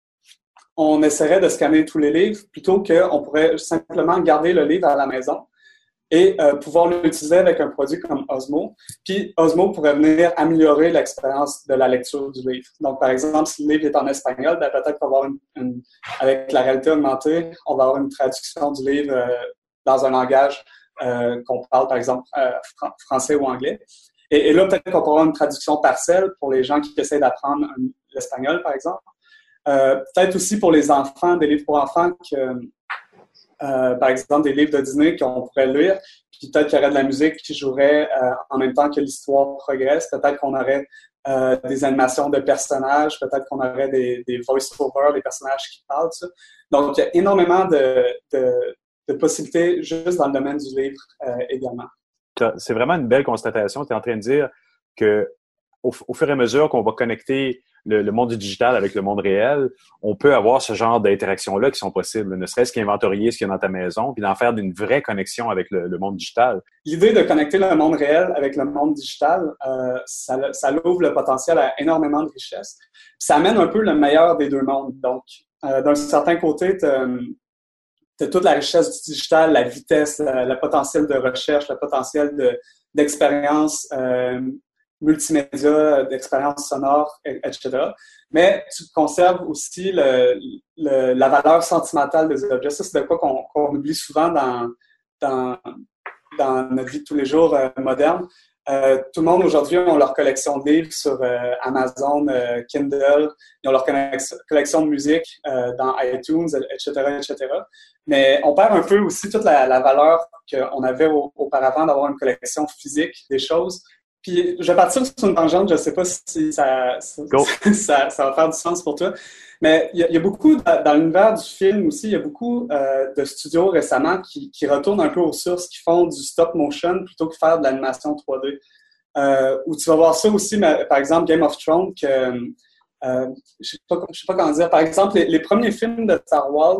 on essaierait de scanner tous les livres plutôt qu'on pourrait simplement garder le livre à la maison et euh, pouvoir l'utiliser avec un produit comme Osmo. Puis Osmo pourrait venir améliorer l'expérience de la lecture du livre. Donc, par exemple, si le livre est en espagnol, ben, peut-être qu'on va avoir une, une, avec la réalité augmentée, on va avoir une traduction du livre euh, dans un langage euh, qu'on parle, par exemple, euh, fr- français ou anglais. Et, et là, peut-être qu'on pourra avoir une traduction partielle pour les gens qui essaient d'apprendre un, l'espagnol, par exemple. Euh, peut-être aussi pour les enfants, des livres pour enfants que... Euh, par exemple, des livres de Disney qu'on pourrait lire, puis peut-être qu'il y aurait de la musique qui jouerait euh, en même temps que l'histoire progresse. Peut-être qu'on aurait euh, des animations de personnages, peut-être qu'on aurait des, des voice-overs, des personnages qui parlent, tout ça. Donc, il y a énormément de, de, de possibilités juste dans le domaine du livre euh, également. C'est vraiment une belle constatation. Tu es en train de dire que au, au fur et à mesure qu'on va connecter Le, le monde du digital avec le monde réel, on peut avoir ce genre d'interactions-là qui sont possibles, ne serait-ce qu'inventorier ce qu'il y a dans ta maison, puis d'en faire une vraie connexion avec le, le monde digital. L'idée de connecter le monde réel avec le monde digital, euh, ça, ça ouvre le potentiel à énormément de richesses. Puis ça amène un peu le meilleur des deux mondes. Donc, euh, d'un certain côté, tu as toute la richesse du digital, la vitesse, la, le potentiel de recherche, le potentiel de, d'expérience, euh, multimédia, d'expérience sonore, et cetera. Mais tu conserves aussi le, le, la valeur sentimentale des objets. Ça, c'est de quoi qu'on, qu'on oublie souvent dans, dans, dans notre vie de tous les jours euh, moderne. Euh, tout le monde aujourd'hui ont leur collection de livres sur euh, Amazon, euh, Kindle, ils ont leur collection de musique euh, dans iTunes, et cetera, et cetera. Mais on perd un peu aussi toute la, la valeur qu'on avait au, auparavant d'avoir une collection physique des choses. Puis, je vais partir sur une tangente, je ne sais pas si ça, ça, ça, ça va faire du sens pour toi, mais il y a, il y a beaucoup, dans l'univers du film aussi, il y a beaucoup euh, de studios récemment qui, qui retournent un peu aux sources, qui font du stop motion plutôt que faire de l'animation trois D. Euh, où tu vas voir ça aussi, mais, par exemple, Game of Thrones, que, euh, je ne sais pas, je sais pas comment dire, par exemple, les, les premiers films de Star Wars,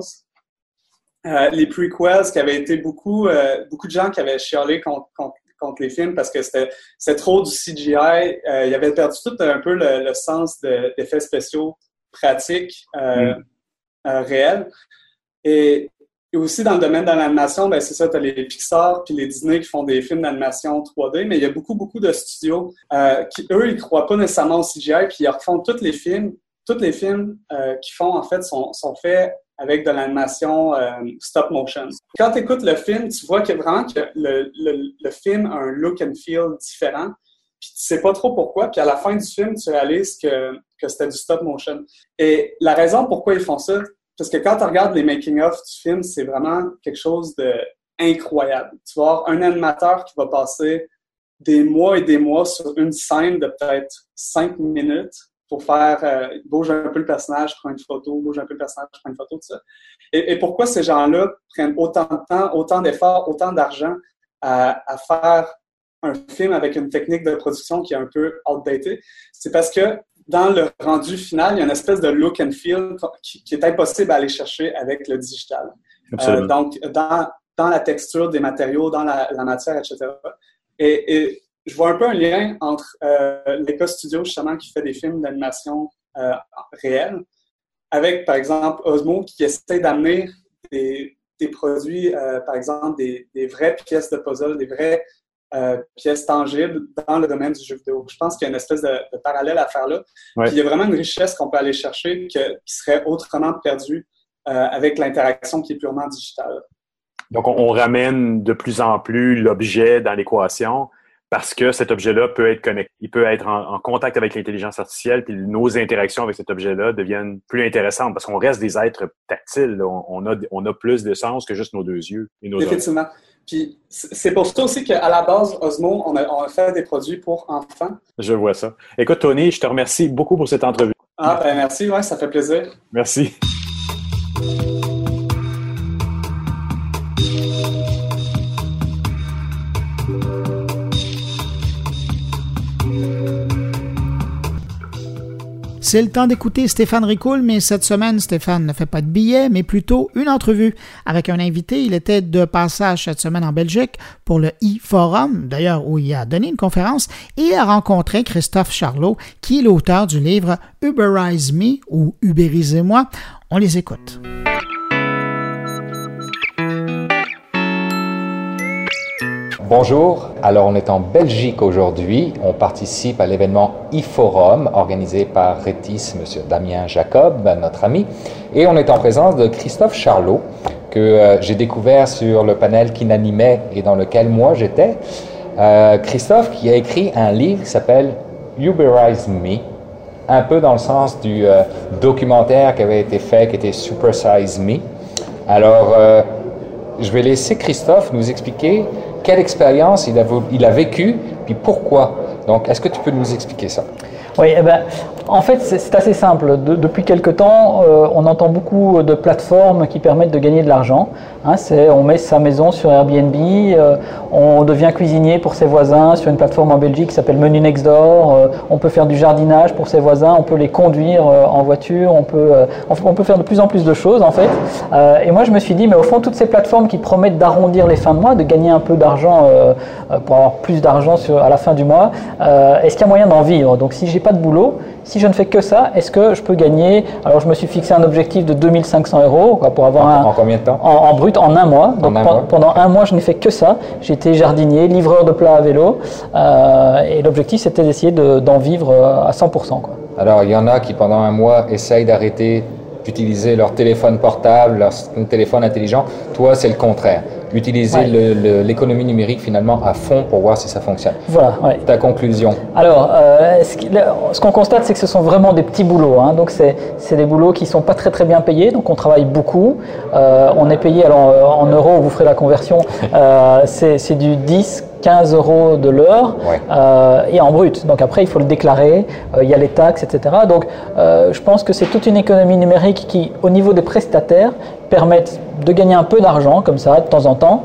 euh, les prequels, qui avaient été beaucoup, euh, beaucoup de gens qui avaient chialé contre, contre contre les films parce que c'était, c'était trop du C G I. Euh, il avait perdu tout un peu le, le sens de, d'effets spéciaux pratiques, euh, mm. euh, réels. Et, et aussi dans le domaine de l'animation, ben c'est ça, tu as les Pixar puis les Disney qui font des films d'animation trois D, mais il y a beaucoup, beaucoup de studios euh, qui, eux, ils ne croient pas nécessairement au C G I puis ils refont tous les films. Tous les films euh, qu'ils font, en fait, sont, sont faits avec de l'animation euh, stop motion. Quand tu écoutes le film, tu vois que vraiment que le, le, le film a un look and feel différent, puis tu sais pas trop pourquoi, puis à la fin du film, tu réalises que, que c'était du stop motion. Et la raison pourquoi ils font ça, parce que quand tu regardes les making-of du film, c'est vraiment quelque chose d'incroyable. Tu vas avoir un animateur qui va passer des mois et des mois sur une scène de peut-être cinq minutes, pour faire euh, bouge un peu le personnage, prends une photo, bouge un peu le personnage, prends une photo, tout ça. Et, et pourquoi ces gens-là prennent autant de temps, autant d'efforts, autant d'argent à, à faire un film avec une technique de production qui est un peu outdated? C'est parce que dans le rendu final, il y a une espèce de look and feel qui, qui est impossible à aller chercher avec le digital. Euh, donc, dans, dans la texture des matériaux, dans la, la matière, et cetera. Et, et je vois un peu un lien entre euh, l'Eka Studio, justement, qui fait des films d'animation euh, réels, avec, par exemple, Osmo, qui essaie d'amener des, des produits, euh, par exemple, des, des vraies pièces de puzzle, des vraies euh, pièces tangibles dans le domaine du jeu vidéo. Je pense qu'il y a une espèce de, de parallèle à faire là. Ouais. Puis il y a vraiment une richesse qu'on peut aller chercher que, qui serait autrement perdue euh, avec l'interaction qui est purement digitale. Donc, on, on ramène de plus en plus l'objet dans l'équation parce que cet objet-là peut être connecté. Il peut être en, en contact avec l'intelligence artificielle, puis nos interactions avec cet objet-là deviennent plus intéressantes parce qu'on reste des êtres tactiles. On, on, a, on a plus de sens que juste nos deux yeux et nos Effectivement. Oreilles. Puis c'est pour ça aussi qu'à la base, Osmo, on a, on a fait des produits pour enfants. Je vois ça. Écoute, Tony, je te remercie beaucoup pour cette entrevue. Ah, ben merci, ouais, ça fait plaisir. Merci. C'est le temps d'écouter Stéphane Ricoul, mais cette semaine, Stéphane ne fait pas de billets, mais plutôt une entrevue avec un invité. Il était de passage cette semaine en Belgique pour le e-Forum, d'ailleurs où il a donné une conférence, et il a rencontré Christophe Charlot, qui est l'auteur du livre Uberize Me ou Ubérisez-moi. On les écoute. Bonjour, alors on est en Belgique aujourd'hui, on participe à l'événement e-Forum organisé par Retis, M. Damien Jacob, notre ami, et on est en présence de Christophe Charlot, que euh, j'ai découvert sur le panel qui n'animait et dans lequel moi j'étais. Euh, Christophe qui a écrit un livre qui s'appelle Uberize Me, un peu dans le sens du euh, documentaire qui avait été fait, qui était Super Size Me. Alors, euh, je vais laisser Christophe nous expliquer quelle expérience il a, il a vécu, puis pourquoi. Donc, est-ce que tu peux nous expliquer ça? Oui, eh ben, en fait, c'est assez simple. De, depuis quelque temps, euh, on entend beaucoup de plateformes qui permettent de gagner de l'argent. Hein, on met sa maison sur Airbnb, euh, on devient cuisinier pour ses voisins sur une plateforme en Belgique qui s'appelle Menu Next Door. Euh, on peut faire du jardinage pour ses voisins, on peut les conduire euh, en voiture, on peut, euh, on peut faire de plus en plus de choses en fait. Euh, et moi, je me suis dit, mais au fond, toutes ces plateformes qui promettent d'arrondir les fins de mois, de gagner un peu d'argent euh, pour avoir plus d'argent à la fin du mois, euh, est-ce qu'il y a moyen d'en vivre? Donc, si j'ai pas de boulot, si je ne fais que ça, est-ce que je peux gagner? Alors, je me suis fixé un objectif de deux mille cinq cents euros quoi, pour avoir en, un. En combien de temps? En, en brut, en un mois. Donc, un pe- mois. pendant un mois, je n'ai fait que ça. J'étais jardinier, livreur de plats à vélo. Euh, et l'objectif, c'était d'essayer de, d'en vivre à cent pour cent. Quoi. Alors, il y en a qui, pendant un mois, essayent d'arrêter d'utiliser leur téléphone portable, leur téléphone intelligent. Toi, c'est le contraire. Utiliser ouais. le, le, l'économie numérique finalement à fond pour voir si ça fonctionne. Voilà, ouais. Ta conclusion? Alors, euh, ce, qui, ce qu'on constate, c'est que ce sont vraiment des petits boulots. Hein. Donc, c'est, c'est des boulots qui ne sont pas très très bien payés. Donc, on travaille beaucoup. Euh, on est payé, alors en euros, vous ferez la conversion, euh, c'est, c'est du dix, quinze euros de l'heure ouais. euh, et en brut. Donc après, il faut le déclarer, euh, il y a les taxes, et cetera. Donc euh, je pense que c'est toute une économie numérique qui, au niveau des prestataires, permettent de gagner un peu d'argent, comme ça, de temps en temps,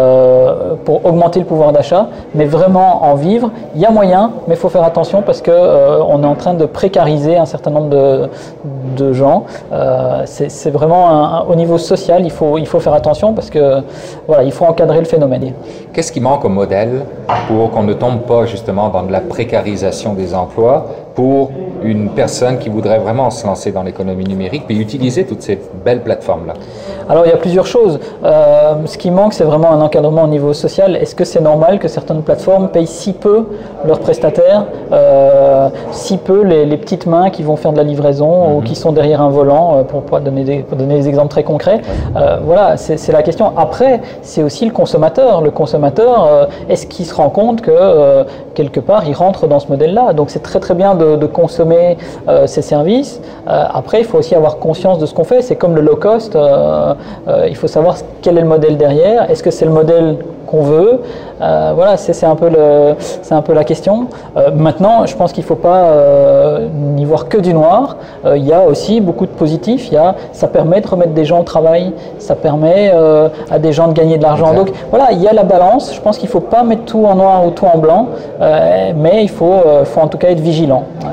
euh, pour augmenter le pouvoir d'achat, mais vraiment en vivre. Il y a moyen, mais il faut faire attention parce qu'on euh, est en train de précariser un certain nombre de, de gens. Euh, c'est, c'est vraiment un, un, au niveau social, il faut, il faut faire attention parce que voilà, il faut encadrer le phénomène. Qu'est-ce qui manque au modèle pour qu'on ne tombe pas justement dans de la précarisation des emplois pour une personne qui voudrait vraiment se lancer dans l'économie numérique et utiliser toutes ces belles plateformes-là? Alors, il y a plusieurs choses. Euh, ce qui manque, c'est vraiment un encadrement au niveau social. Est-ce que c'est normal que certaines plateformes payent si peu leurs prestataires, euh, si peu les, les petites mains qui vont faire de la livraison mm-hmm. ou qui sont derrière un volant, euh, pour, pour, donner des, pour donner des exemples très concrets? Ouais. Euh, voilà, c'est, c'est la question. Après, c'est aussi le consommateur. Le consommateur, euh, est-ce qu'il se rend compte que, euh, quelque part, il rentre dans ce modèle-là? Donc, c'est très très bien de, de consommer euh, ces services. Euh, après, il faut aussi avoir conscience de ce qu'on fait. C'est comme le low cost. Euh, euh, il faut savoir quel est le modèle derrière. Est-ce que c'est le modèle qu'on veut? euh, Voilà, c'est, c'est, un peu le, c'est un peu la question. Euh, maintenant, je pense qu'il ne faut pas euh, n'y voir que du noir. Euh, il y a aussi beaucoup de positifs. Il y a, ça permet de remettre des gens au travail. Ça permet euh, à des gens de gagner de l'argent. Exact. Donc voilà, il y a la balance. Je pense qu'il ne faut pas mettre tout en noir ou tout en blanc. Euh, mais il faut, euh, faut en tout cas être vigilant. Ouais.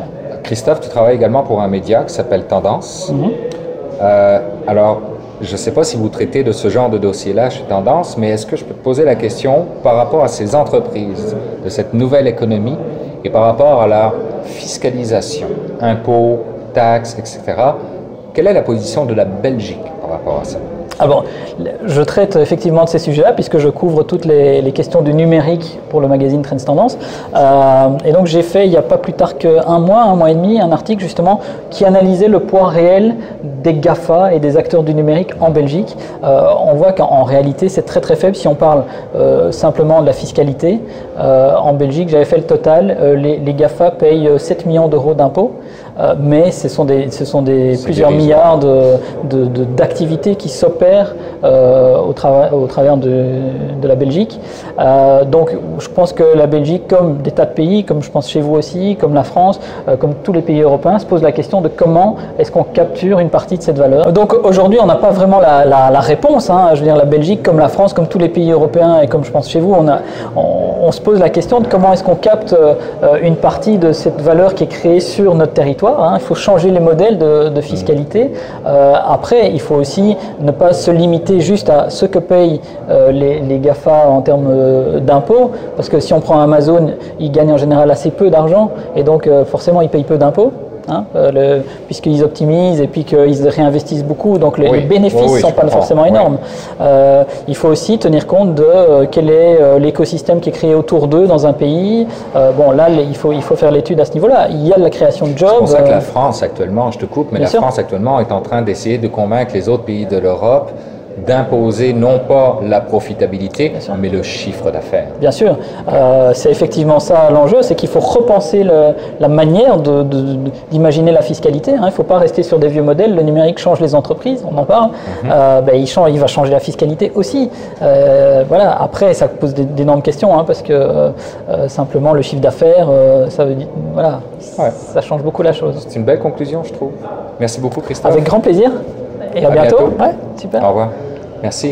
Christophe, tu travailles également pour un média qui s'appelle Tendance. Mm-hmm. Euh, alors, je ne sais pas si vous traitez de ce genre de dossier-là chez Tendance, mais est-ce que je peux te poser la question par rapport à ces entreprises, de cette nouvelle économie, et par rapport à la fiscalisation, impôts, taxes, et cetera. Quelle est la position de la Belgique par rapport à ça? Ah bon, je traite effectivement de ces sujets-là puisque je couvre toutes les, les questions du numérique pour le magazine Trends Tendance. Euh, et donc j'ai fait il n'y a pas plus tard qu'un mois, un mois et demi, un article justement qui analysait le poids réel des GAFA et des acteurs du numérique en Belgique. Euh, on voit qu'en réalité c'est très très faible si on parle euh, simplement de la fiscalité. Euh, en Belgique, j'avais fait le total, euh, les, les GAFA payent sept millions d'euros d'impôts. Euh, mais ce sont des, ce sont des plusieurs milliards de, de, de, d'activités qui s'opèrent euh, au, trava- au travers de, de la Belgique. Euh, donc je pense que la Belgique, comme des tas de pays, comme je pense chez vous aussi, comme la France, euh, comme tous les pays européens, se pose la question de comment est-ce qu'on capture une partie de cette valeur. Donc aujourd'hui, on n'a pas vraiment la, la, la réponse. Hein. Je veux dire, la Belgique, comme la France, comme tous les pays européens et comme je pense chez vous, on, a, on, on se pose la question de comment est-ce qu'on capte euh, une partie de cette valeur qui est créée sur notre territoire. Il faut changer les modèles de, de fiscalité. Euh, après, il faut aussi ne pas se limiter juste à ce que payent euh, les, les GAFA en termes euh, d'impôts, parce que si on prend Amazon, ils gagnent en général assez peu d'argent, et donc euh, forcément ils payent peu d'impôts. Hein, euh, le, puisqu'ils optimisent et puis qu'ils réinvestissent beaucoup, donc les, oui. les bénéfices ne oui, oui, sont pas comprends. forcément énormes. Oui. Euh, il faut aussi tenir compte de euh, quel est euh, l'écosystème qui est créé autour d'eux dans un pays. Euh, bon, là, les, il, faut, il faut faire l'étude à ce niveau-là. Il y a de la création de jobs. C'est pour ça que la France actuellement, je te coupe, mais la sûr. France actuellement est en train d'essayer de convaincre les autres pays de l'Europe d'imposer non pas la profitabilité, mais le chiffre d'affaires. Bien sûr, euh, c'est effectivement ça l'enjeu, c'est qu'il faut repenser le, la manière de, de, de, d'imaginer la fiscalité. Hein. Il ne faut pas rester sur des vieux modèles. Le numérique change les entreprises, on en parle. Mm-hmm. Euh, ben, il, change, il va changer la fiscalité aussi. Euh, voilà. Après, ça pose d'énormes questions, hein, parce que euh, simplement le chiffre d'affaires, euh, ça veut dire, voilà, ouais. ça change beaucoup la chose. C'est une belle conclusion, je trouve. Merci beaucoup, Christophe. Avec grand plaisir. Et à, à bientôt. bientôt. Ouais, super. Au revoir. Merci.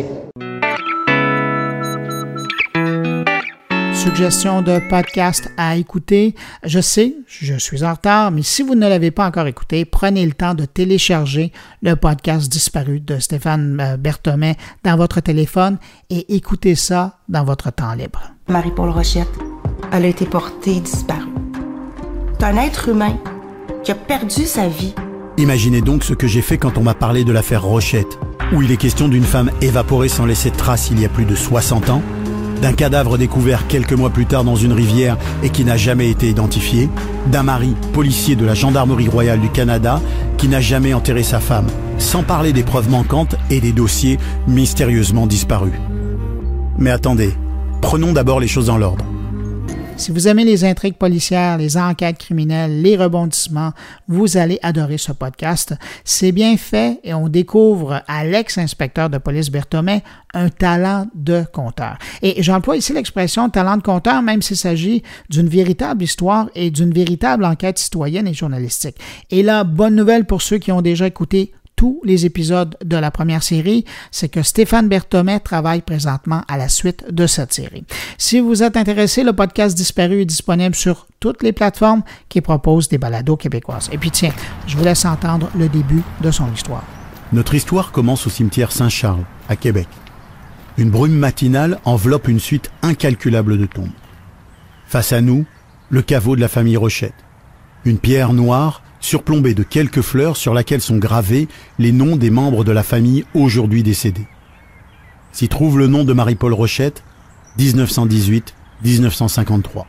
Suggestion de podcast à écouter. Je sais, je suis en retard, mais si vous ne l'avez pas encore écouté, prenez le temps de télécharger le podcast Disparu de Stéphane Berthommet dans votre téléphone et écoutez ça dans votre temps libre. Marie-Paul Rochette, elle a été portée disparue. C'est un être humain qui a perdu sa vie. Imaginez donc ce que j'ai fait quand on m'a parlé de l'affaire Rochette, où il est question d'une femme évaporée sans laisser de traces il y a plus de soixante ans, d'un cadavre découvert quelques mois plus tard dans une rivière et qui n'a jamais été identifié, d'un mari, policier de la Gendarmerie royale du Canada, qui n'a jamais enterré sa femme, sans parler des preuves manquantes et des dossiers mystérieusement disparus. Mais attendez, prenons d'abord les choses dans l'ordre. Si vous aimez les intrigues policières, les enquêtes criminelles, les rebondissements, vous allez adorer ce podcast. C'est bien fait et on découvre à l'ex-inspecteur de police Berthommet un talent de conteur. Et j'emploie ici l'expression talent de conteur, même s'il s'agit d'une véritable histoire et d'une véritable enquête citoyenne et journalistique. Et là, bonne nouvelle pour ceux qui ont déjà écouté tous les épisodes de la première série, c'est que Stéphane Berthommet travaille présentement à la suite de cette série. Si vous êtes intéressé, le podcast Disparu est disponible sur toutes les plateformes qui proposent des balados québécoises. Et puis tiens, je vous laisse entendre le début de son histoire. Notre histoire commence au cimetière Saint-Charles, à Québec. Une brume matinale enveloppe une suite incalculable de tombes. Face à nous, le caveau de la famille Rochette. Une pierre noire surplombée de quelques fleurs sur laquelle sont gravés les noms des membres de la famille aujourd'hui décédés. S'y trouve le nom de Marie-Paul Rochette, dix-neuf cent dix-huit à dix-neuf cent cinquante-trois.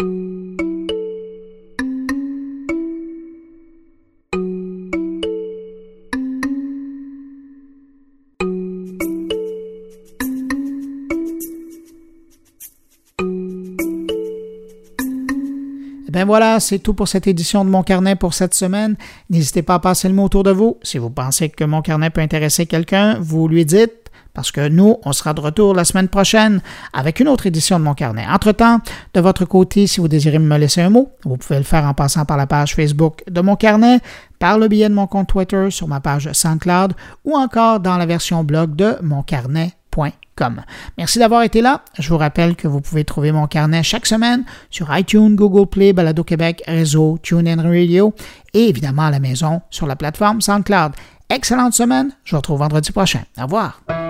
Ben voilà, c'est tout pour cette édition de Mon Carnet pour cette semaine. N'hésitez pas à passer le mot autour de vous. Si vous pensez que Mon Carnet peut intéresser quelqu'un, vous lui dites, parce que nous, on sera de retour la semaine prochaine avec une autre édition de Mon Carnet. Entre-temps, de votre côté, si vous désirez me laisser un mot, vous pouvez le faire en passant par la page Facebook de Mon Carnet, par le biais de mon compte Twitter, sur ma page SoundCloud ou encore dans la version blog de moncarnet point com. Merci d'avoir été là. Je vous rappelle que vous pouvez trouver mon carnet chaque semaine sur iTunes, Google Play, Balado Québec, Réseau, TuneIn Radio et évidemment à la maison sur la plateforme SoundCloud. Excellente semaine. Je vous retrouve vendredi prochain. Au revoir.